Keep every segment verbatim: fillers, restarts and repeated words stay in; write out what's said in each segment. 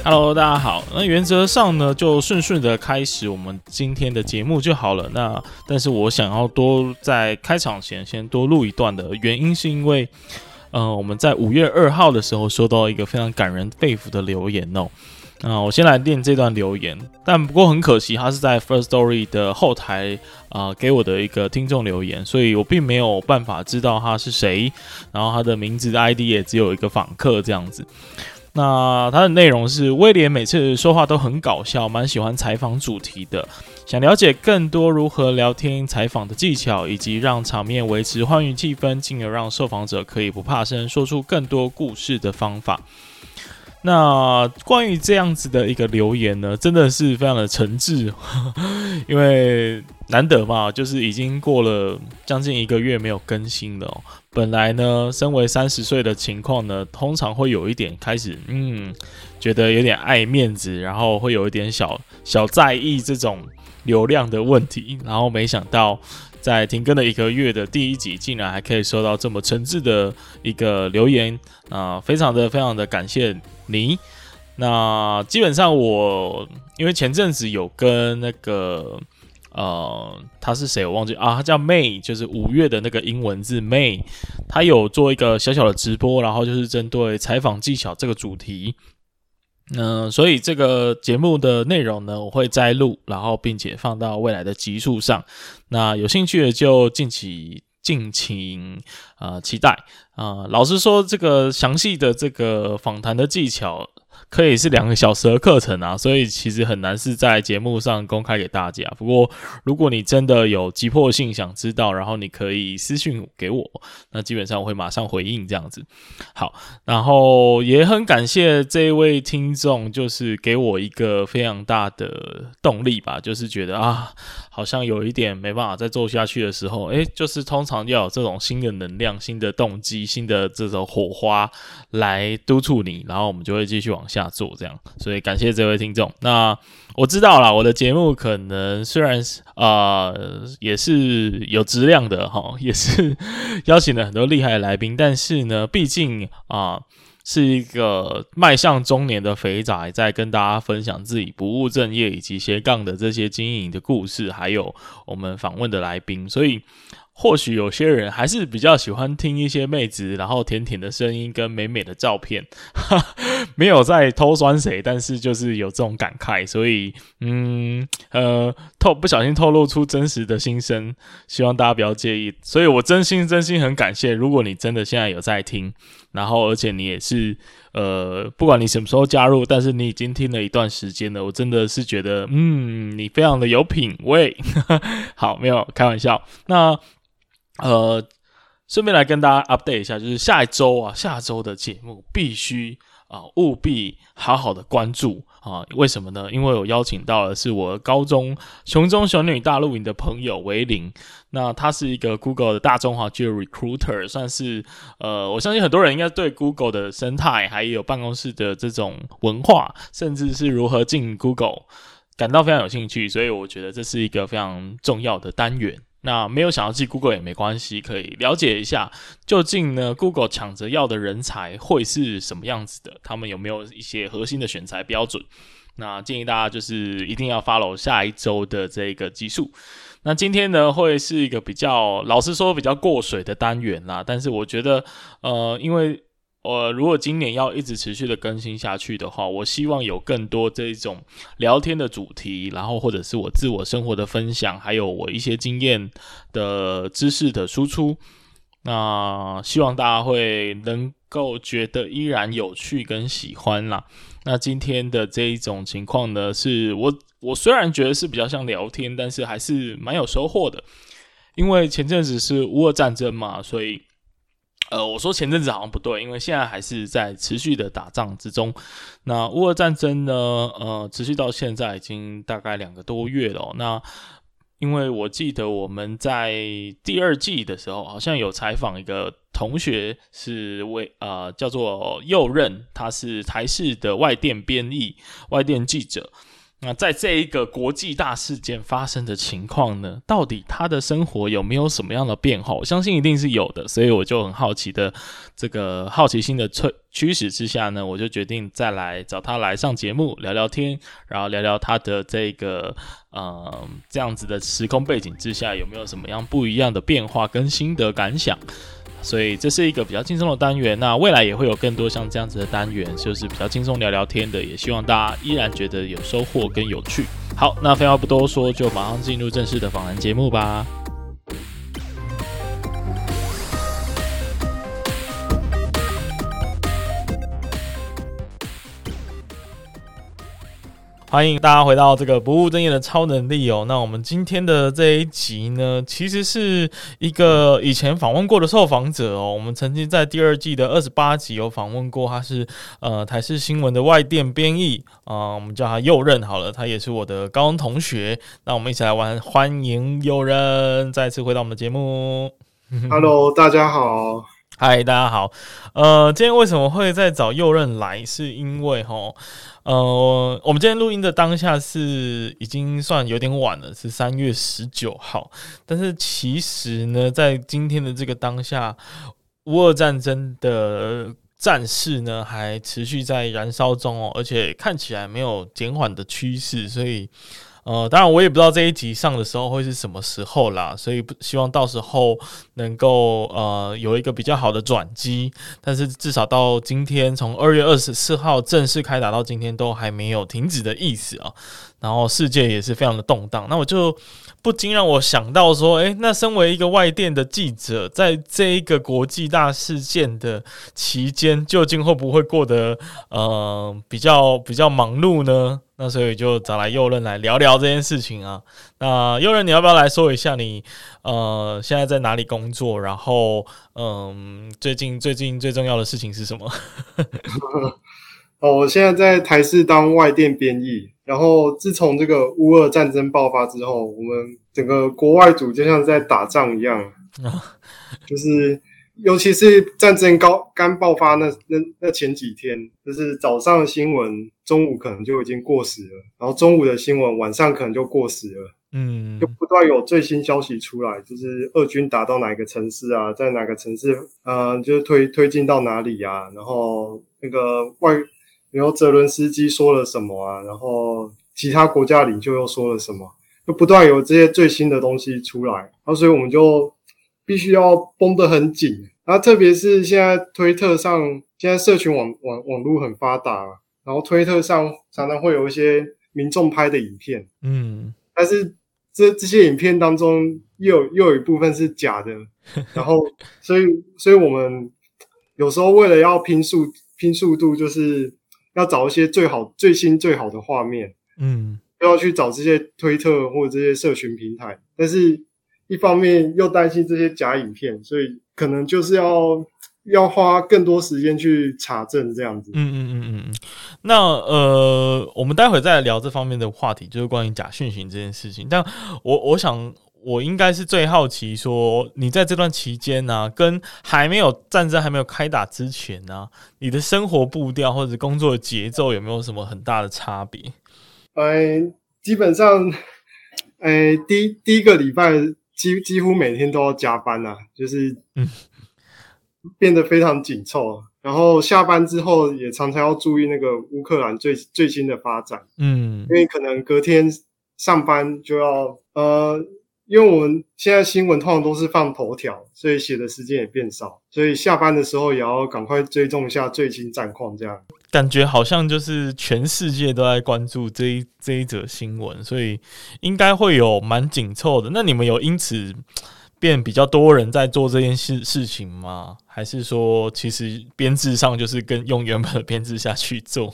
Hello， 大家好。那原则上呢，就顺顺的开始我们今天的节目就好了。那但是我想要多在开场前先多录一段的原因，是因为呃我们在五月二号的时候收到一个非常感人肺腑的留言哦。那、呃、我先来念这段留言，但不过很可惜，他是在 First Story 的后台啊、呃、给我的一个听众留言，所以我并没有办法知道他是谁，然后他的名字的 I D 也只有一个访客这样子。那它的内容是威廉每次说话都很搞笑，蛮喜欢采访主题的，想了解更多如何聊天采访的技巧，以及让场面维持欢愉气氛，进而让受访者可以不怕生说出更多故事的方法。那关于这样子的一个留言呢，真的是非常的诚挚，因为难得嘛，就是已经过了将近一个月没有更新了哦。本来呢，身为三十岁的情况呢，通常会有一点开始，嗯，觉得有点爱面子，然后会有一点小小在意这种流量的问题，然后没想到在停更了一个月的第一集，竟然还可以收到这么诚挚的一个留言啊、呃，非常的非常的感谢你。那基本上我因为前阵子有跟那个呃他是谁我忘记啊，他叫 May， 就是五月的那个英文字 May， 他有做一个小小的直播，然后就是针对采访技巧这个主题。嗯、呃，所以这个节目的内容呢，我会摘录，然后并且放到未来的集数上。那有兴趣的就敬请敬请呃期待啊、呃。老实说，这个详细的这个访谈的技巧可以是两个小时的课程啊，所以其实很难是在节目上公开给大家。不过，如果你真的有急迫性想知道，然后你可以私讯给我，那基本上我会马上回应这样子。好，然后也很感谢这一位听众，就是给我一个非常大的动力吧，就是觉得啊，好像有一点没办法再做下去的时候，诶，就是通常要有这种新的能量、新的动机、新的这种火花来督促你，然后我们就会继续往下做这样。所以感谢这位听众。那我知道啦，我的节目可能虽然呃也是有质量的齁，也是邀请了很多厉害的来宾，但是呢，毕竟啊、呃、是一个迈向中年的肥仔，在跟大家分享自己不务正业以及斜杠的这些经营的故事，还有我们访问的来宾，所以或许有些人还是比较喜欢听一些妹子然后甜甜的声音跟美美的照片，没有在偷酸谁，但是就是有这种感慨，所以嗯呃透不小心透露出真实的心声，希望大家不要介意。所以我真心真心很感谢，如果你真的现在有在听，然后而且你也是呃不管你什么时候加入，但是你已经听了一段时间了，我真的是觉得嗯你非常的有品味。好，没有开玩笑。那呃，顺便来跟大家 update 一下，就是下一周啊，下周的节目必须啊、呃、务必好好的关注啊！为什么呢？因为我邀请到的是我高中熊中熊女大陆营的朋友维林，那他是一个 Google 的大中华区的 recruiter， 算是呃，我相信很多人应该对 Google 的生态，还有办公室的这种文化，甚至是如何进 Google 感到非常有兴趣，所以我觉得这是一个非常重要的单元。那没有想要进 Google 也没关系，可以了解一下究竟呢 Google 抢着要的人才会是什么样子的，他们有没有一些核心的选材标准。那建议大家就是一定要 follow 下一周的这个集数。那今天呢会是一个比较老实说比较过水的单元啦，但是我觉得呃因为呃，如果今年要一直持续的更新下去的话，我希望有更多这种聊天的主题，然后或者是我自我生活的分享，还有我一些经验的知识的输出。那希望大家会能够觉得依然有趣跟喜欢啦。那今天的这一种情况呢，是我我虽然觉得是比较像聊天，但是还是蛮有收获的。因为前阵子是乌俄战争嘛，所以呃，我说前阵子好像不对，因为现在还是在持续的打仗之中。那乌俄战争呢，呃，持续到现在已经大概两个多月了哦。那因为我记得我们在第二季的时候，好像有采访一个同学是为呃叫做右任，他是台视的外电编译、外电记者。 那在这一个国际大事件发生的情况呢，到底他的生活有没有什么样的变化？我相信一定是有的，所以我就很好奇的这个好奇心的驱使之下呢，我就决定再来找他来上节目聊聊天，然后聊聊他的这个呃这样子的时空背景之下有没有什么样不一样的变化跟心得感想。所以这是一个比较轻松的单元，那未来也会有更多像这样子的单元，就是比较轻松聊聊天的，也希望大家依然觉得有收获跟有趣。好，那废话不多说，就马上进入正式的访谈节目吧。欢迎大家回到这个不务正业的超能力哦。那我们今天的这一集呢，其实是一个以前访问过的受访者哦。我们曾经在第二季的二十八集有访问过，他是呃台视新闻的外电编译啊、呃，我们叫他右任好了，他也是我的高中同学。那我们一起来玩，欢迎右任再次回到我们的节目。 Hello， 大家好。 嗨，大家好。呃，今天为什么会再找右任来？是因为齁，呃，我们今天录音的当下是已经算有点晚了，是三月十九号。但是其实呢，在今天的这个当下，乌俄战争的战事呢还持续在燃烧中哦，而且看起来没有减缓的趋势，所以。呃，当然我也不知道这一集上的时候会是什么时候啦，所以希望到时候能够呃有一个比较好的转机。但是至少到今天，从二月二十四号正式开打到今天，都还没有停止的意思啊。然后世界也是非常的动荡，那我就不禁让我想到说，诶，那身为一个外电的记者，在这一个国际大事件的期间，究竟会不会过得呃比较比较忙碌呢？那所以就找来右任来聊聊这件事情啊。那右任，你要不要来说一下你呃现在在哪里工作？然后嗯、呃，最近最近最重要的事情是什么？ 哦，我现在在台视当外电编译。然后自从这个乌俄战争爆发之后，我们整个国外组就像在打仗一样，就是尤其是战争刚刚爆发那那那前几天，就是早上的新闻，中午可能就已经过时了，然后中午的新闻晚上可能就过时了，嗯，就不断有最新消息出来，就是俄军打到哪个城市啊，在哪个城市，呃，就是推推进到哪里啊，然后那个外。然后泽伦斯基说了什么啊，然后其他国家领袖又说了什么，就不断有这些最新的东西出来，然后所以我们就必须要绷得很紧。然后特别是现在推特上，现在社群网网网络很发达，然后推特上常常会有一些民众拍的影片，嗯，但是这这些影片当中又有又有一部分是假的，然后所以所以我们有时候为了要拼速拼速度，就是要找一些最好、最新、最好的画面，嗯，又要去找这些推特或者这些社群平台，但是一方面又担心这些假影片，所以可能就是要要花更多时间去查证这样子。 嗯嗯嗯嗯。那呃，我们待会再来聊这方面的话题，就是关于假讯息这件事情。但我我想。我应该是最好奇说，你在这段期间呢、啊，跟还没有战争还没有开打之前呢、啊，你的生活步调或者工作的节奏有没有什么很大的差别？ 呃，基本上，呃，第第一个礼拜几几乎每天都要加班啊，就是变得非常紧凑。然后下班之后也常常要注意那个乌克兰最最新的发展，嗯，因为可能隔天上班就要呃。因为我们现在新闻通常都是放头条，所以写的时间也变少，所以下班的时候也要赶快追踪一下最新战况，这样感觉好像就是全世界都在关注这一这一则新闻，所以应该会有蛮紧凑的。那你们有因此变比较多人在做这件事事情吗？还是说其实编制上就是跟用原本的编制下去做？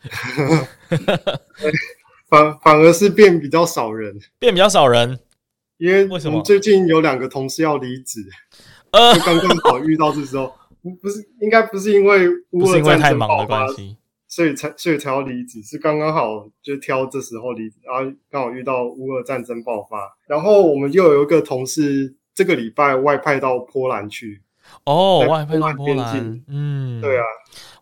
反反而是变比较少人， 变比较少人。 因为我们最近有两个同事要离职，就刚刚好遇到这时候，不是应该不是因为乌俄战争爆发，所以才所以才要离职，是刚刚好就挑这时候离职，然后刚好遇到乌俄战争爆发，然后我们又有一个同事这个礼拜外派到波兰去。 哦，外派到波兰，嗯， 对啊。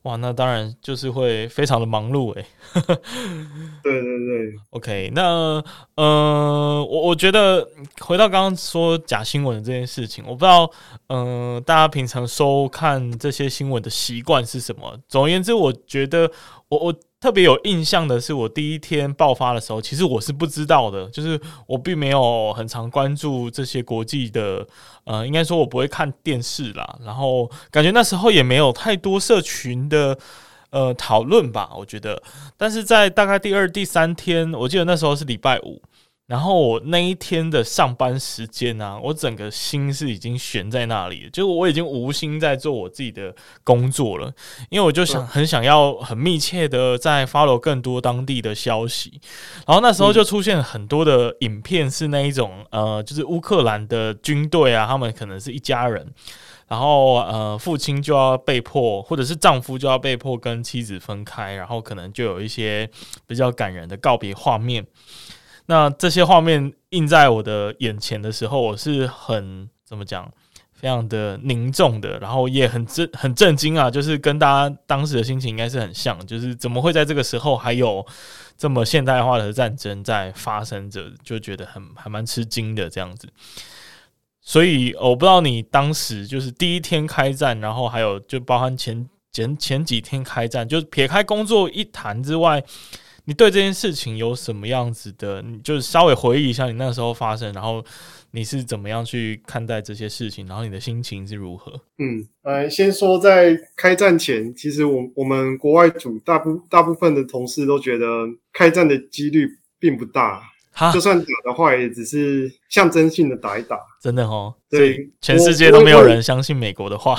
哇，那当然就是会非常的忙碌诶。 对对对 OK，那呃，我我觉得回到刚刚说假新闻的这件事情，我不知道，呃，大家平常收看这些新闻的习惯是什么？总而言之，我觉得我我特别有印象的是，我第一天爆发的时候，其实我是不知道的，就是我并没有很常关注这些国际的，呃，应该说我不会看电视啦，然后感觉那时候也没有太多社群的。呃，讨论吧，我觉得，但是在大概第二、第三天，我记得那时候是礼拜五，然后我那一天的上班时间啊，我整个心是已经悬在那里了，就我已经无心在做我自己的工作了，因为我就想很想要很密切的在 follow 更多当地的消息，然后那时候就出现很多的影片，是那一种呃，就是乌克兰的军队啊，他们可能是一家人。然后呃，父亲就要被迫，或者是丈夫就要被迫跟妻子分开，然后可能就有一些比较感人的告别画面。那这些画面映在我的眼前的时候，我是很怎么讲，非常的凝重的，然后也很震很震惊啊，就是跟大家当时的心情应该是很像，就是怎么会在这个时候还有这么现代化的战争在发生着，就觉得很还蛮吃惊的这样子。所以我不知道你当时就是第一天开战，然后还有就包含前前前几天开战，就是撇开工作一谈之外，你对这件事情有什么样子的？你就是稍微回忆一下你那时候发生，然后你是怎么样去看待这些事情，然后你的心情是如何？ 嗯，呃，先说在开战前，其实我我们国外组大部大部分的同事都觉得开战的几率并不大。就算打的话，也只是象征性的打一打。 真的哦， 对， 全世界都没有人相信美国的话。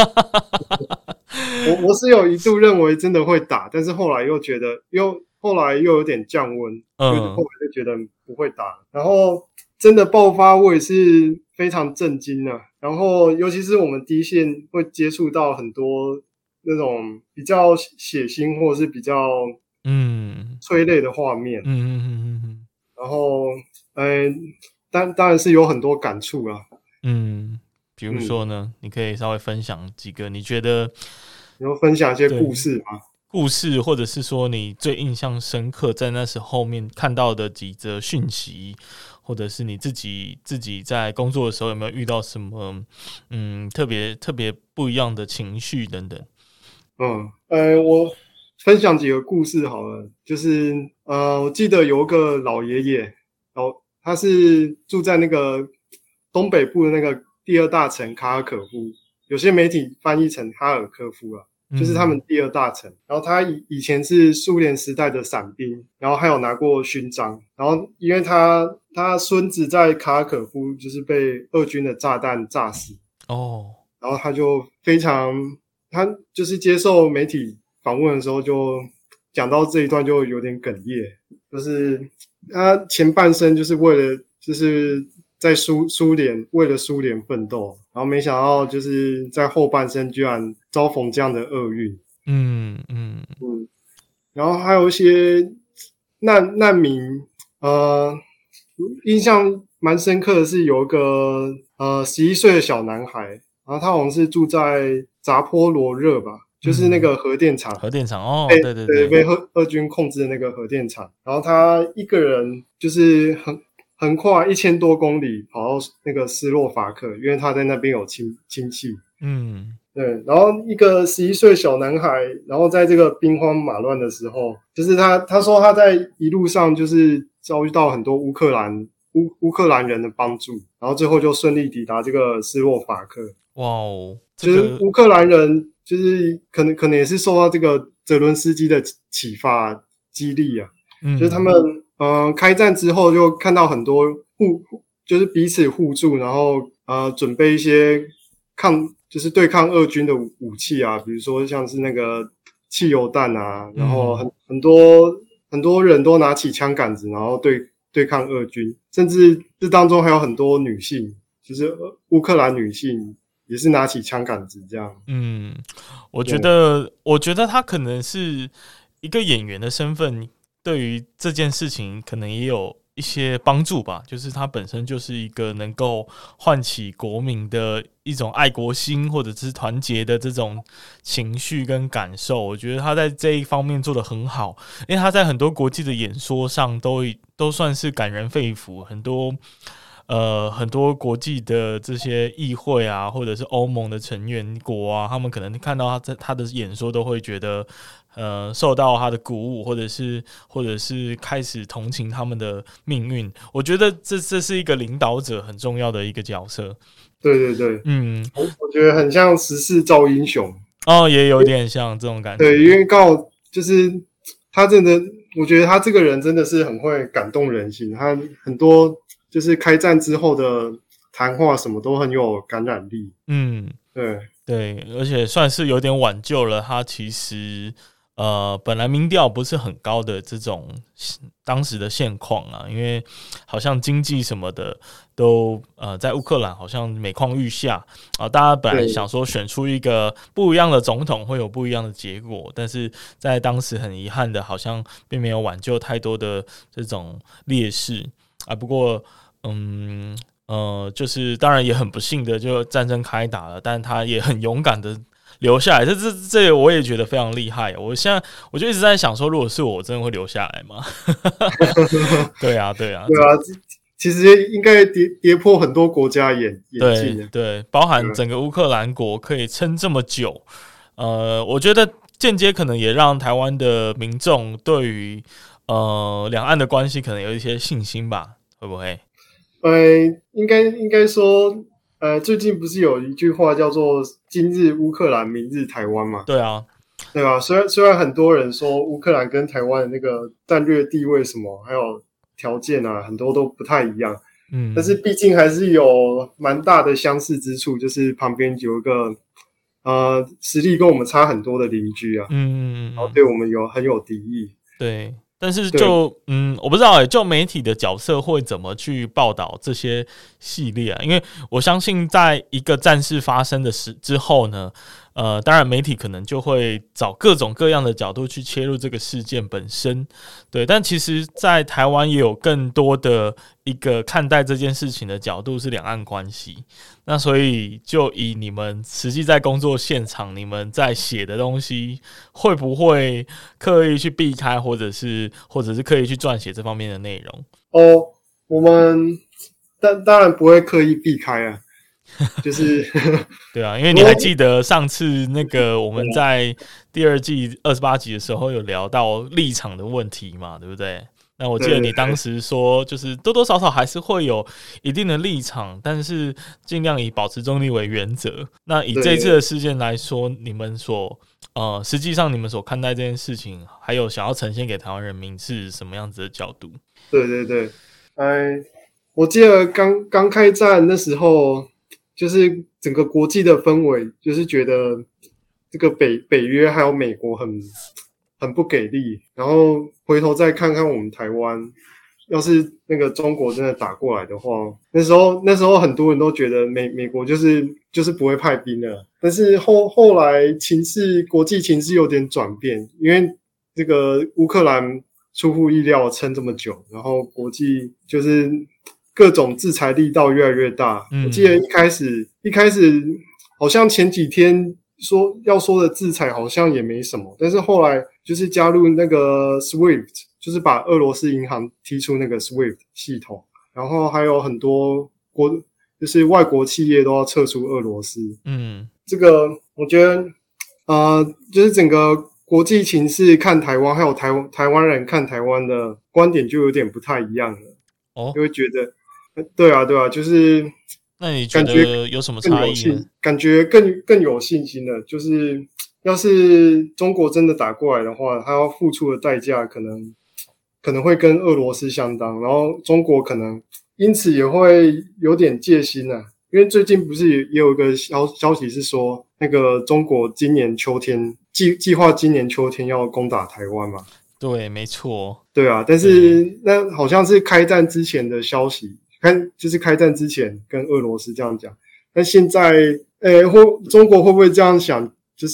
我我是有一度认为真的会打，但是后来又觉得又后来又有点降温，嗯，后来就觉得不会打。然后真的爆发，我也是非常震惊啊。然后尤其是我们第一线会接触到很多那种比较血腥或者是比较嗯催泪的画面，嗯嗯嗯嗯嗯。然后，呃，当当然是有很多感触啊。 嗯，比如说呢，嗯、你可以稍微分享几个你觉得， 你要分享一些故事吗？ 故事，或者是说你最印象深刻，在那时候后面看到的几则讯息，或者是你自己自己在工作的时候有没有遇到什么嗯特别特别不一样的情绪等等？ 嗯，呃，我。分享几个故事好了，就是呃，我记得有一个老爷爷，然后他是住在那个东北部的那个第二大城卡尔可夫，有些媒体翻译成哈尔科夫啊，就是他们第二大城。然后他以以前是苏联时代的伞兵，然后还有拿过勋章。然后因为他他孙子在卡尔可夫就是被俄军的炸弹炸死哦，然后他就非常他就是接受媒体访问的时候就讲到这一段就有点哽咽，就是他前半生就是为了就是在苏苏联为了苏联奋斗，然后没想到就是在后半生居然遭逢这样的厄运。嗯嗯嗯，然后还有一些难难民，呃，印象蛮深刻的是有一个呃十一岁的小男孩，然后他好像是住在扎波罗热吧。就是那个核电厂， 核电厂哦，对对对， 被俄俄军控制的那个核电厂。然后他一个人就是横横跨一千多公里跑到那个斯洛伐克，因为他在那边有亲亲戚。嗯，对。然后一个十一岁小男孩，然后在这个兵荒马乱的时候，就是他他说他在一路上就是遭遇到很多乌克兰乌乌克兰人的帮助，然后最后就顺利抵达这个斯洛伐克。哇哦，这个、就是乌克兰人。就是可能可能也是受到这个泽伦斯基的启发激励啊，嗯、就是他们呃开战之后就看到很多互就是彼此互助，然后呃准备一些抗就是对抗俄军的武器啊，比如说像是那个汽油弹啊，然后很、嗯、很多很多人都拿起枪杆子，然后对对抗俄军，甚至这当中还有很多女性，就是乌克兰女性。也是拿起枪杆子这样。 嗯，我觉得，我觉得他可能是一个演员的身份，对于这件事情可能也有一些帮助吧，就是它本身就是一个能够唤起国民的一种爱国心或者是团结的这种情绪跟感受。我觉得他在这一方面做得很好，因为他在很多国际的演说上都都算是感人肺腑，很多呃很多国际的这些议会啊，或者是欧盟的成员国啊，他们可能看到他在他的演说都会觉得呃受到他的鼓舞，或者是或者是开始同情他们的命运。我觉得这这是一个领导者很重要的一个角色。 对对对， 嗯， 我我觉得很像时势造英雄哦，也有点像这种感觉。 对，因为刚好就是他真的，我觉得他这个人真的是很会感动人心，他很多就是开战之后的谈话什么都很有感染力。 嗯， 对对，而且算是有点挽救了他其实呃本来民调不是很高的这种当时的现况啊，因为好像经济什么的都呃在乌克兰好像每况愈下啊，大家本来想说选出一个不一样的总统会有不一样的结果，但是在当时很遗憾的，好像并没有挽救太多的这种劣势啊。不过嗯呃，就是当然也很不幸的，就战争开打了，但他也很勇敢的留下来，这这这我也觉得非常厉害。我现在我就一直在想说，如果是我，我真的会留下来吗？对啊，对啊， 对啊，其实应该跌跌破很多国家眼眼镜的。 对对，包含整个乌克兰国可以撑这么久，呃，我觉得间接可能也让台湾的民众对于呃两岸的关系可能有一些信心吧，会不会？ 呃，应该应该说，呃，最近不是有一句话叫做"今日乌克兰，明日台湾"嘛？ 对啊， 对吧？虽然虽然很多人说乌克兰跟台湾的那个战略地位什么，还有条件啊，很多都不太一样，嗯，但是毕竟还是有蛮大的相似之处，就是旁边有一个呃实力跟我们差很多的邻居啊，嗯，然后对我们有很有敌意， 对。但是就嗯，我不知道诶，就媒体的角色会怎么去报道这些系列啊？因为我相信，在一个战事发生的时之后呢，呃，当然媒体可能就会找各种各样的角度去切入这个事件本身，对。但其实，在台湾也有更多的一个看待这件事情的角度是两岸关系。那所以，就以你们实际在工作现场，你们在写的东西，会不会刻意去避开，或者是或者是刻意去撰写这方面的内容？ 哦，我们当当然不会刻意避开啊，就是对啊，因为你还记得上次那个我们在第二季二十八集的时候有聊到立场的问题嘛，对不对？那我记得你当时说，就是多多少少还是会有一定的立场，但是尽量以保持中立为原则。那以这次的事件来说，你们所呃，实际上你们所看待这件事情，还有想要呈现给台湾人民是什么样子的角度？ 对对对，哎，我记得刚刚开战那时候，就是整个国际的氛围，就是觉得这个北北约还有美国很很不给力，然后回头再看看我们台湾，要是那个中国真的打过来的话，那时候那时候很多人都觉得美美国就是就是不会派兵了，但是后后来情势国际情势有点转变，因为这个乌克兰出乎意料撑这么久，然后国际就是各种制裁力道越来越大。嗯、我记得一开始一开始好像前几天说要说的制裁好像也没什么，但是后来就是加入那个 SWIFT， 就是把俄罗斯银行踢出那个 SWIFT 系统，然后还有很多国就是外国企业都要撤出俄罗斯。嗯，这个我觉得呃，就是整个国际情势看台湾，还有台台湾人看台湾的观点就有点不太一样了。哦，就会觉得，对啊，对啊，就是。 那你觉得有什么差异呢？ 感觉更更有信心了。就是要是中国真的打过来的话，他要付出的代价可能可能会跟俄罗斯相当，然后中国可能因此也会有点戒心啊。因为最近不是也有一个消消息是说，那个中国今年秋天计计划今年秋天要攻打台湾嘛？ 对，没错。 对啊，但是那好像是开战之前的消息。看，就是开战之前跟俄罗斯这样讲，但现在，诶，或中国会不会这样想？就是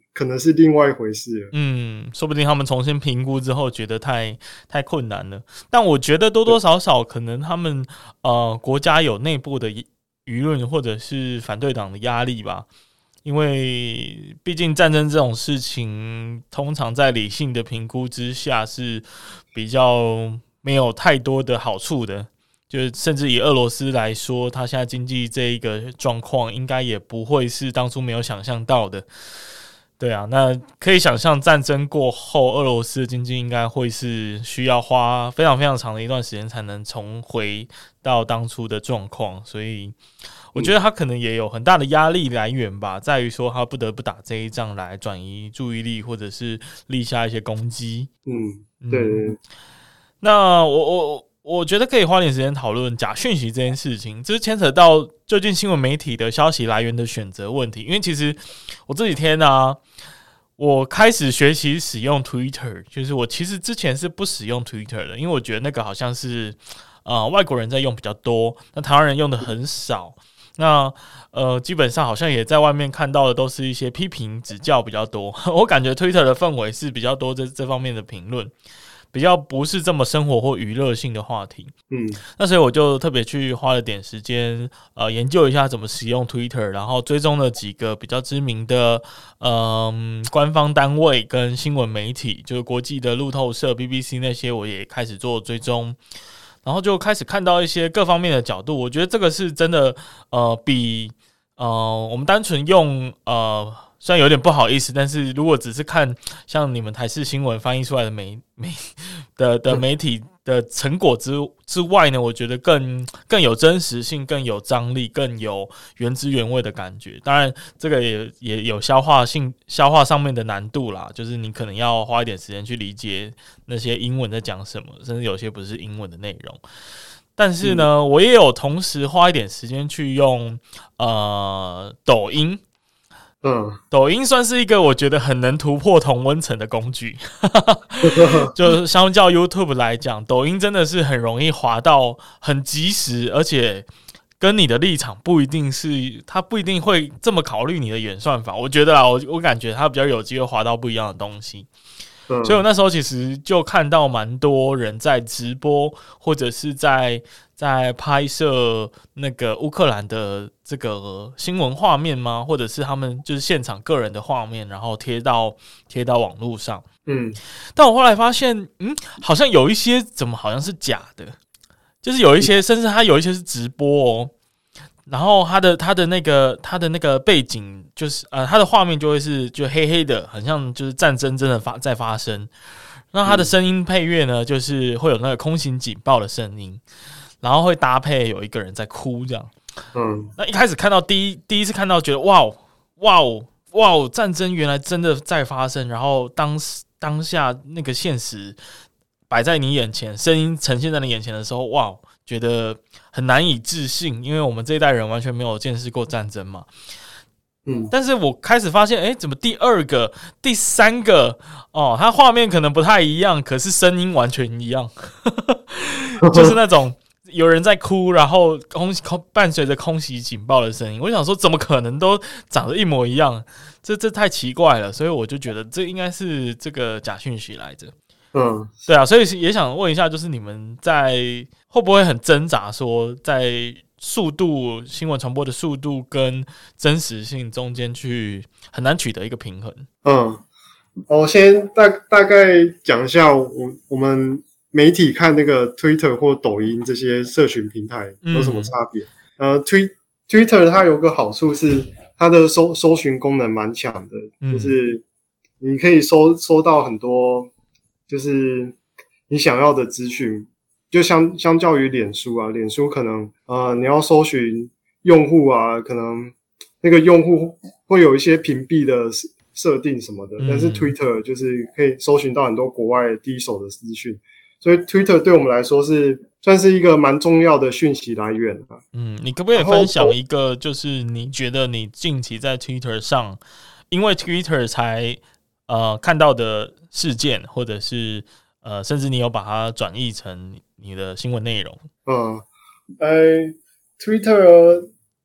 可能是另外一回事了。 嗯，说不定他们重新评估之后觉得太太困难了。但我觉得多多少少可能他们呃国家有内部的舆论或者是反对党的压力吧。因为毕竟战争这种事情，通常在理性的评估之下是比较没有太多的好处的。就是甚至以俄罗斯来说，它现在经济这一个状况，应该也不会是当初没有想象到的。对啊，那可以想象战争过后，俄罗斯的经济应该会是需要花非常非常长的一段时间才能重回到当初的状况，所以我觉得他可能也有很大的压力来源吧，在于说他不得不打这一仗来转移注意力，或者是立下一些功绩。 嗯，对对对。 嗯、那我我。我觉得可以花点时间讨论假讯息这件事情，这是牵扯到最近新闻媒体的消息来源的选择问题。因为其实我这几天啊，我开始学习使用 Twitter， 就是我其实之前是不使用 Twitter 的，因为我觉得那个好像是呃外国人在用比较多，那台湾人用的很少。那呃，基本上好像也在外面看到的都是一些批评指教比较多。我感觉 Twitter 的氛围是比较多这这方面的评论。比较不是这么生活或娱乐性的话题， 嗯， 那所以我就特别去花了点时间，呃，研究一下怎么使用 Twitter， 然后追踪了几个比较知名的，嗯、呃，官方单位跟新闻媒体，就是国际的路透社、B B C 那些，我也开始做追踪，然后就开始看到一些各方面的角度，我觉得这个是真的，呃，比呃我们单纯用呃。虽然有点不好意思，但是如果只是看像你们台视新闻翻译出来的媒媒的的媒体的成果之之外呢，我觉得更更有真实性、更有张力、更有原汁原味的感觉。当然，这个也也有消化性、消化上面的难度啦，就是你可能要花一点时间去理解那些英文在讲什么，甚至有些不是英文的内容。但是呢，嗯、我也有同时花一点时间去用呃抖音。 嗯， 抖音算是一个我觉得很能突破同温层的工具，就相较 YouTube 来讲，抖音真的是很容易滑到很及时，而且跟你的立场不一定是，它不一定会这么考虑你的演算法。我觉得啦，我我感觉它比较有机会滑到不一样的东西。所以我那时候其实就看到蛮多人在直播，或者是在在拍摄那个乌克兰的这个新闻画面吗？或者是他们就是现场个人的画面，然后贴到贴到网络上。 嗯， 但我后来发现，嗯，好像有一些怎么好像是假的，就是有一些，甚至他有一些是直播哦。然后他的他的那个他的那个背景就是呃他的画面就会是就黑黑的，很像就是战争真的发在发生。那他的声音配乐呢，就是会有那个空袭警报的声音，然后会搭配有一个人在哭这样。 嗯， 那一开始看到第一第一次看到，觉得哇哇哇，战争原来真的在发生，然后当当下那个现实摆在你眼前，声音呈现在你眼前的时候，哇！觉得很难以置信，因为我们这一代人完全没有见识过战争嘛。嗯，但是我开始发现，哎，怎么第二个、第三个哦，它画面可能不太一样，可是声音完全一样，就是那种有人在哭，然后空空伴随着空袭警报的声音。我想说，怎么可能都长得一模一样？这这太奇怪了，所以我就觉得这应该是这个假讯息来着。 嗯， 对啊，所以也想问一下，就是你们在会不会很挣扎，说在速度新闻传播的速度跟真实性中间去很难取得一个平衡？嗯， 我先大大概讲一下我我们媒体看那个 Twitter 或抖音这些社群平台有什么差别？嗯、呃，Twi Twitter 它有个好处是它的搜搜寻功能蛮强的，嗯、就是你可以搜搜到很多。就是你想要的资讯，就相相较于脸书啊，脸书可能呃你要搜寻用户啊，可能那个用户会有一些屏蔽的设定什么的，嗯、但是 Twitter 就是可以搜寻到很多国外第一手的资讯，所以 Twitter 对我们来说是算是一个蛮重要的讯息来源啊。 嗯，你可不可以分享一个，就是你觉得你近期在 Twitter 上，因为 Twitter 才呃看到的事件，或者是呃，甚至你有把它转译成你的新闻内容。 嗯，呃 ，Twitter，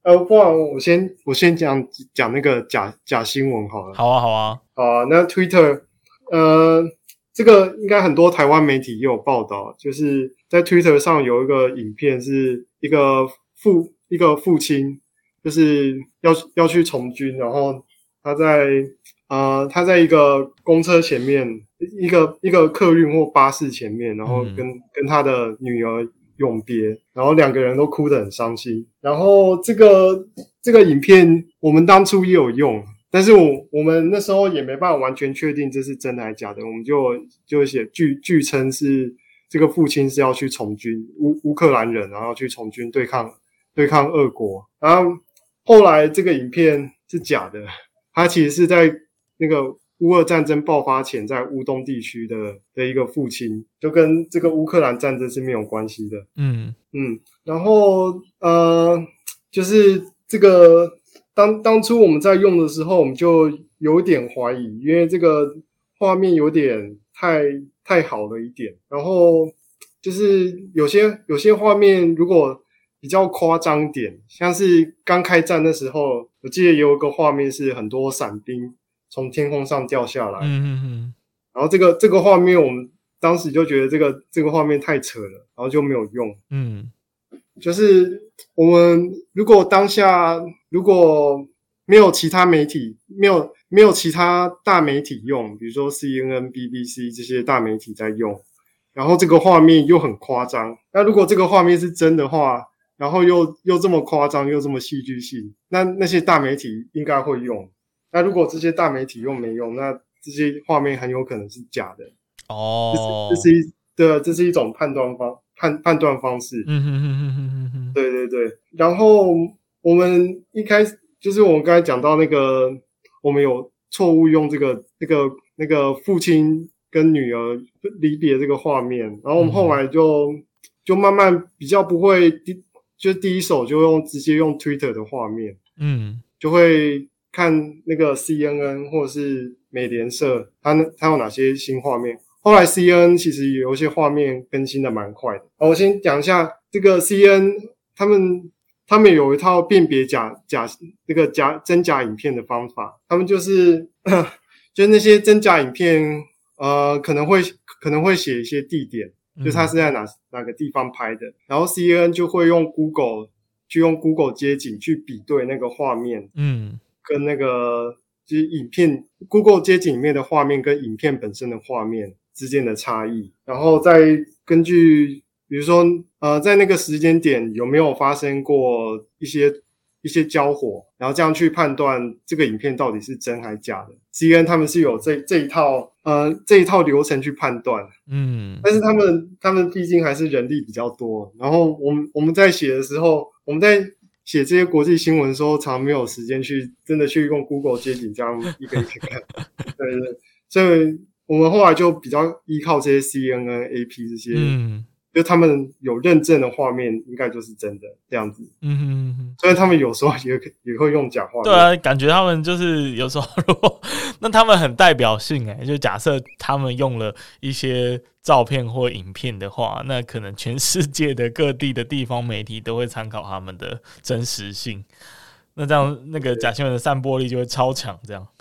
呃，不然我先我先讲讲那个假假新闻好了。 好啊，好啊， 好啊。那 Twitter， 呃，这个应该很多台湾媒体也有报道，就是在 Twitter 上有一个影片，是一个父一个父亲，就是要要去从军，然后他在呃他在一个公车前面，一个一个客运或巴士前面，然后跟、嗯、跟他的女儿永别，然后两个人都哭得很伤心。然后这个这个影片我们当初也有用，但是我我们那时候也没办法完全确定这是真的还是假的，我们就就写据据称是这个父亲是要去从军，乌乌克兰人，然后去从军对抗对抗俄国。然后后来这个影片是假的，他其实是在那个乌俄战争爆发前，在乌东地区的的一个父亲，就跟这个乌克兰战争是没有关系的。嗯嗯，然后呃，就是这个当当初我们在用的时候，我们就有点怀疑，因为这个画面有点太太好了一点，然后就是有些有些画面如果比较夸张点，像是刚开战的时候，我记得有一个画面是很多伞兵从天空上掉下来，嗯嗯嗯，然后这个这个画面我们当时就觉得这个这个画面太扯了，然后就没有用。嗯，就是我们如果当下如果没有其他媒体，没有没有其他大媒体用，比如说 C N N、B B C 这些大媒体在用，然后这个画面又很夸张，那如果这个画面是真的话，然后又又这么夸张又这么戏剧性，那那些大媒体应该会用。那如果这些大媒体又没用，那这些画面很有可能是假的。哦，这是这是一对，这是一种判断方判判断方式。嗯哼哼哼哼哼，对对对。然后我们一开始就是我们刚才讲到那个，我们有错误用这个那个那个父亲跟女儿离别这个画面，然后我们后来就、嗯、就慢慢比较不会第就第一手就用直接用 Twitter 的画面，嗯，就会看那个 C N N 或者是美联社，它它有哪些新画面。后来 C N N 其实有一些画面更新的蛮快的。好，我先讲一下这个 C N N， 他们他们有一套辨别假假这个假真假影片的方法，他们就是就是那些真假影片，呃，可能会可能会写一些地点。就它是在哪哪个地方拍的，然后 C N N 就会用 Google 去用 Google 街景去比对那个画面，嗯，跟那个就是影片 Google 街景里面的画面跟影片本身的画面之间的差异，然后再根据比如说呃在那个时间点有没有发生过一些一些交火，然后这样去判断这个影片到底是真还假的。C N N 他们是有这这一套呃这一套流程去判断，嗯，但是他们他们毕竟还是人力比较多，然后我们我们在写的时候，我们在写这些国际新闻的时候，常没有时间去真的去用 Google 街景这样一个一个看，对对，所以我们后来就比较依靠这些 C N N、A P 这些，嗯。就他们有认证的画面应该就是真的这样子，嗯哼哼哼，所以他们有时候也也会用假画面。 对啊，感觉他们就是有时候如果那他们很代表性诶，就假设他们用了一些照片或影片的话，那可能全世界的各地的地方媒体都会参考他们的真实性，那这样那个假新闻的散播力就会超强，这样。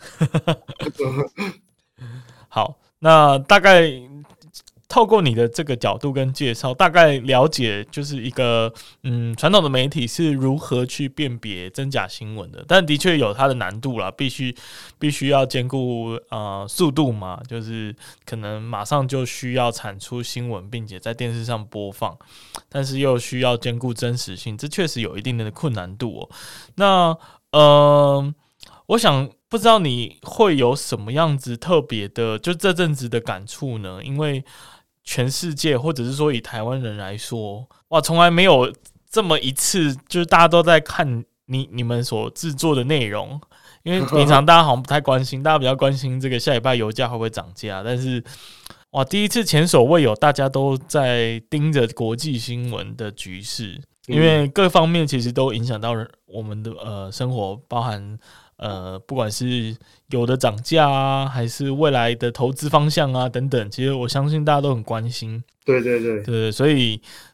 好，那大概透过你的这个角度跟介绍，大概了解就是一个嗯传统的媒体是如何去辨别真假新闻的，但的确有它的难度啦，必须必须要兼顾呃速度嘛，就是可能马上就需要产出新闻，并且在电视上播放，但是又需要兼顾真实性，这确实有一定的困难度哦。那呃，我想不知道你会有什么样子特别的，就这阵子的感触呢？因为全世界，或者是说以台湾人来说，哇，从来没有这么一次，就是大家都在看你你们所制作的内容。因为平常大家好像不太关心，大家比较关心这个下礼拜油价会不会涨价，但是哇，第一次前所未有，大家都在盯着国际新闻的局势，因为各方面其实都影响到我们的呃生活，包含。呃，不管是有的涨价啊，还是未来的投资方向啊等等，其实我相信大家都很关心。 对对对对，所以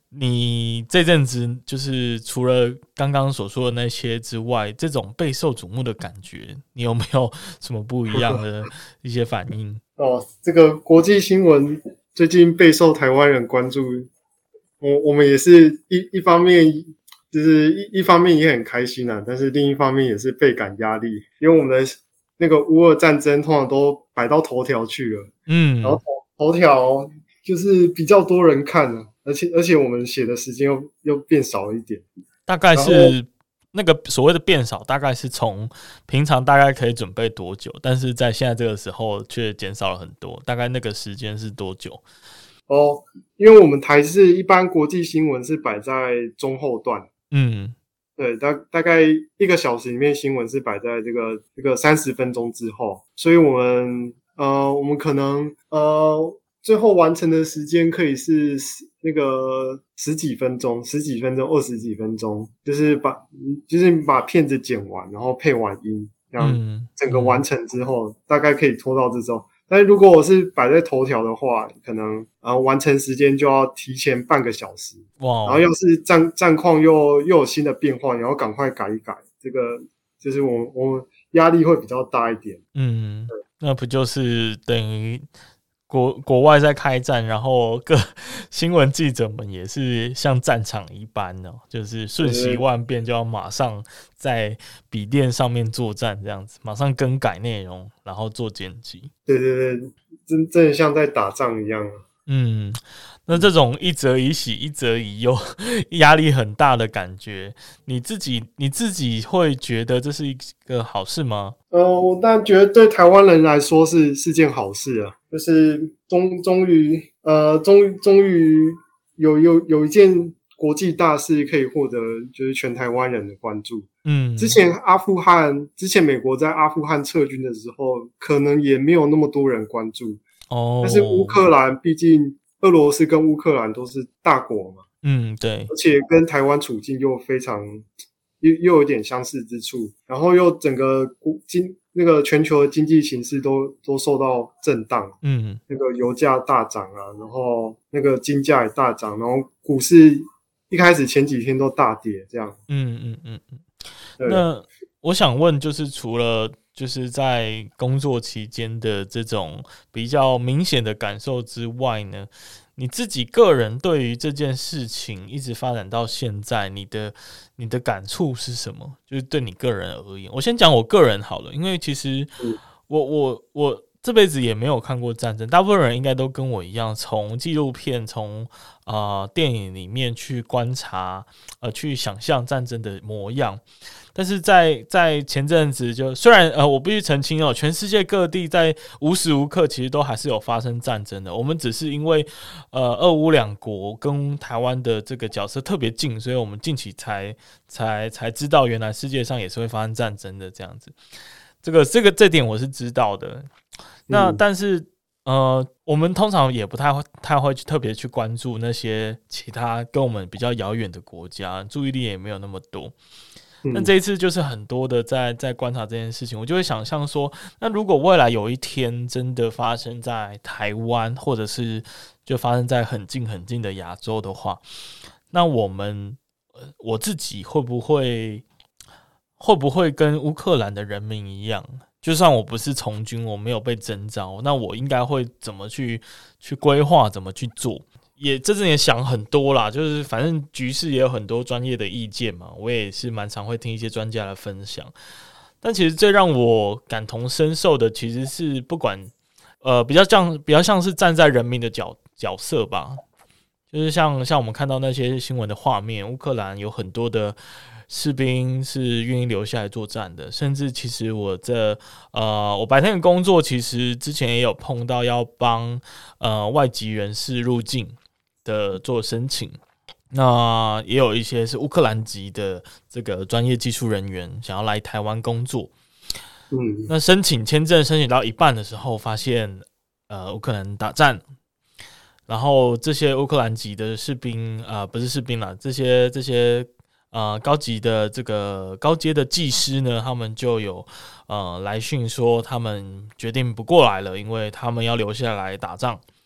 你这阵子就是除了刚刚所说的那些之外，这种备受瞩目的感觉，你有没有什么不一样的一些反应？ 哦，这个国际新闻最近备受台湾人关注，我我们也是一一方面就是一一方面也很开心啊，但是另一方面也是倍感压力，因为我们的那个乌俄战争通常都摆到头条去了，嗯，然后头头条就是比较多人看了、啊。而且而且我们写的时间又又变少了一点， 大概是那个所谓的变少，大概是从平常大概可以准备多久，但是在现在这个时候却减少了很多，大概那个时间是多久？ 哦，因为我们台视一般国际新闻是摆在中后段，嗯，对，大大概一个小时里面新闻是摆在这个这个三十分钟之后，所以我们呃我们可能呃最后完成的时间可以是那个十几分钟、十几分钟、二十几分钟，就是把就是把片子剪完，然后配完音，这样整个完成之后，嗯、大概可以拖到这周。但是如果我是摆在头条的话，可能呃完成时间就要提前半个小时。哇！然后要是战战况又又有新的变化，然后赶快改一改，这个就是我我压力会比较大一点。 嗯，那不就是等于？国国外在开战，然后各新闻记者们也是像战场一般哦，就是瞬息万变，就要马上在笔电上面作战，这样子，马上更改内容，然后做剪辑。 对对对，真真的像在打仗一样啊。 嗯，那这种一则以喜一则以忧，压力很大的感觉，你自己你自己会觉得这是一个好事吗？ 呃，我当然觉得对台湾人来说是是件好事啊，就是终终于呃终终于有有有一件国际大事可以获得就是全台湾人的关注。嗯，之前阿富汗之前美国在阿富汗撤军的时候，可能也没有那么多人关注。哦，但是乌克兰毕竟俄罗斯跟乌克兰都是大国嘛，嗯，对，而且跟台湾处境又非常又又有点相似之处，然后又整个经那个全球的经济形势都都受到震荡，嗯，那个油价大涨啊，然后那个金价也大涨，然后股市一开始前几天都大跌，这样，嗯嗯嗯嗯。那我想问，就是除了就是在工作期间的这种比较明显的感受之外呢，你自己个人对于这件事情一直发展到现在，你的你的感触是什么？就是对你个人而言，我先讲我个人好了，因为其实我我我这辈子也没有看过战争，大部分人应该都跟我一样，从纪录片、从呃电影里面去观察，呃，去想象战争的模样。但是在在前阵子就，虽然呃，我必须澄清哦，全世界各地在无时无刻其实都还是有发生战争的。我们只是因为呃，俄乌两国跟台湾的这个角色特别近，所以我们近期才才才知道，原来世界上也是会发生战争的这样子。这个这个这点我是知道的。那但是呃，我们通常也不太会太会去特别去关注那些其他跟我们比较遥远的国家，注意力也没有那么多。那这一次就是很多的在在观察这件事情，我就会想象说，那如果未来有一天真的发生在台湾，或者是就发生在很近很近的亚洲的话，那我们我自己会不会会不会跟乌克兰的人民一样？就算我不是从军，我没有被征召，那我应该会怎么去去规划，怎么去做？也这阵也想很多啦，就是反正局势也有很多专业的意见嘛，我也是蛮常会听一些专家的分享。但其实最让我感同身受的，其实是不管呃比较像比较像是站在人民的角角色吧，就是像像我们看到那些新闻的画面，乌克兰有很多的士兵是愿意留下来作战的，甚至其实我这呃，我白天的工作其实之前也有碰到要帮呃外籍人士入境的做申请，那也有一些是乌克兰籍的这个专业技术人员想要来台湾工作，嗯，那申请签证申请到一半的时候，发现呃乌克兰打战。然后这些乌克兰籍的士兵啊、呃，不是士兵啦，这些这些呃高级的这个高阶的技师呢，他们就有呃来讯说他们决定不过来了，因为他们要留下来打仗。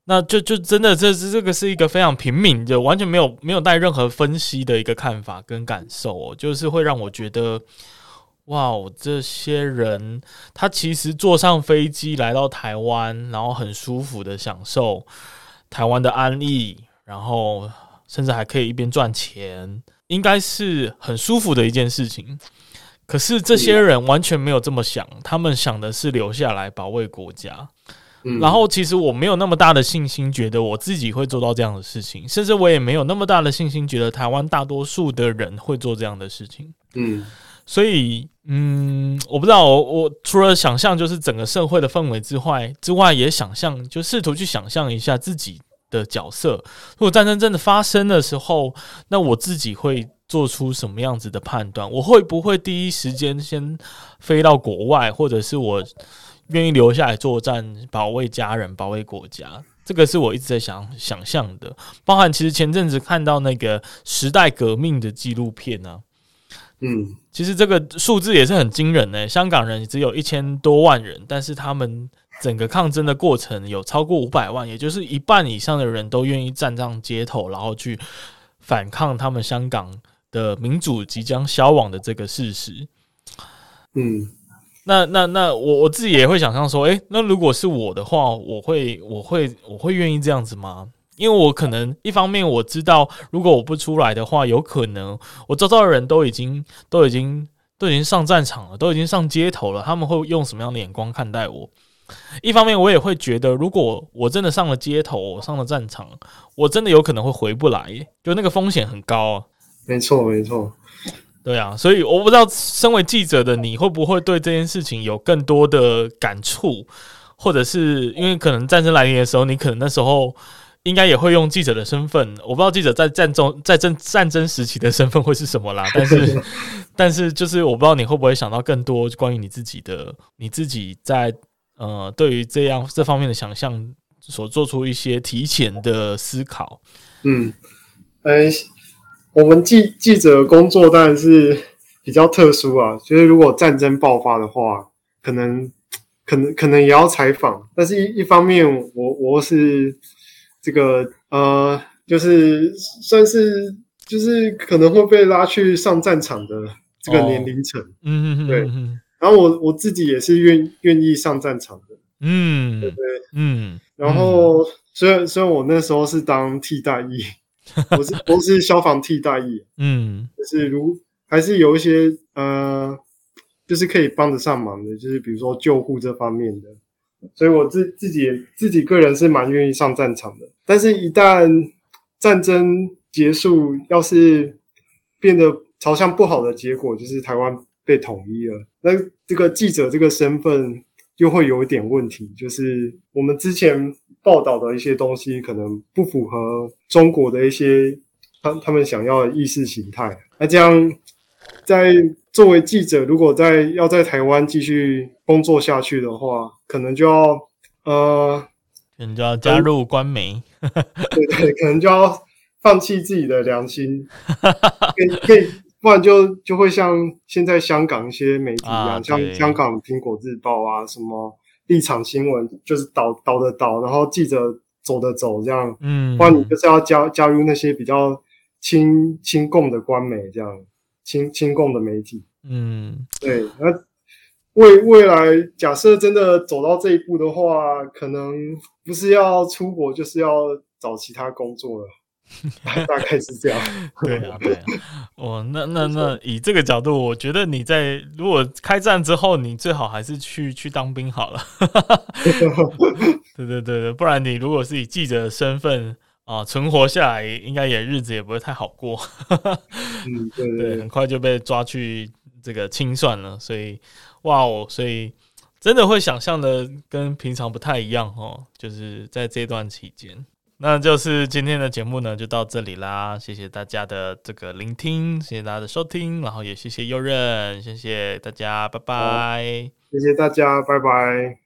那就就真的这这个是一个非常平民的，完全没有没有带任何分析的一个看法跟感受哦，就是会让我觉得，哇，这些人他其实坐上飞机来到台湾，然后很舒服的享受台湾的安逸，然后甚至还可以一边赚钱，应该是很舒服的一件事情。可是这些人完全没有这么想，他们想的是留下来保卫国家。然后其实我没有那么大的信心觉得我自己会做到这样的事情，甚至我也没有那么大的信心觉得台湾大多数的人会做这样的事情。嗯，所以嗯，我不知道，我我除了想象就是整个社会的氛围之外之外，也想象就试图去想象一下自己的角色。如果战争真的发生的时候，那我自己会做出什么样子的判断？我会不会第一时间先飞到国外，或者是我愿意留下来作战，保卫家人，保卫国家？这个是我一直在想想象的。包含其实前阵子看到那个时代革命的纪录片啊，嗯，其实这个数字也是很惊人的、欸。香港人只有一千多万人，但是他们整个抗争的过程有超过五百万，也就是一半以上的人都愿意站上街头，然后去反抗他们香港的民主即将消亡的这个事实。嗯。那那那我我自己也会想象说，诶，那如果是我的话，我会我会我会愿意这样子吗？因为我可能一方面我知道，如果我不出来的话，有可能我周遭的人都已经都已经都已经上战场了，都已经上街头了，他们会用什么样的眼光看待我？一方面我也会觉得，如果我真的上了街头，我上了战场，我真的有可能会回不来，就那个风险很高啊。 没错，没错。 对啊，所以我不知道身为记者的你会不会对这件事情有更多的感触，或者是因为可能战争来临的时候，你可能那时候应该也会用记者的身份，我不知道记者在战争在战战争时期的身份会是什么啦，但是但是就是我不知道你会不会想到更多关于你自己的你自己在呃对于这样这方面的想象所做出一些提前的思考。 嗯，呃。我们记记者工作当然是比较特殊啊，就是如果战争爆发的话，可能可能可能也要采访，但是一一方面我我是这个呃，就是算是就是可能会被拉去上战场的这个年龄层，嗯、哦、对，然后我我自己也是愿愿意上战场的，嗯，对对，嗯，然后虽然虽然我那时候是当替代役。我是我是消防替代役，嗯，就是如还是有一些呃，就是可以帮得上忙的，就是比如说救护这方面的，所以我自自己自己个人是蛮愿意上战场的。但是，一旦战争结束，要是变得朝向不好的结果，就是台湾被统一了，那这个记者这个身份又会有一点问题，就是我们之前报道的一些东西可能不符合中国的一些他他们想要的意识形态。那这样在作为记者，如果在要在台湾继续工作下去的话，可能就要呃， 可能就要加入官媒， 对对，可能就要放弃自己的良心，可以可以。不然就就会像现在香港一些媒体一样，啊、像香港苹果日报啊，什么立场新闻，就是倒倒的倒，然后记者走的走这样。嗯，不然你就是要加加入那些比较亲亲共的官媒，这样亲亲共的媒体。嗯，对。那未未来假设真的走到这一步的话，可能不是要出国，就是要找其他工作了。大概是这样。 对啊，对啊。哦，那那那以这个角度，我觉得你在如果开战之后，你最好还是去去当兵好了。对对对对，不然你如果是以记者的身份啊、呃、存活下来，应该也日子也不会太好过。 嗯，对 对, 对, 对，很快就被抓去这个清算了。所以，哇哦，所以真的会想象的跟平常不太一样哦，就是在这段期间。那就是今天的节目呢，就到这里啦。谢谢大家的这个聆听，谢谢大家的收听，然后也谢谢佑任，谢谢大家，拜拜。 谢谢大家，拜拜。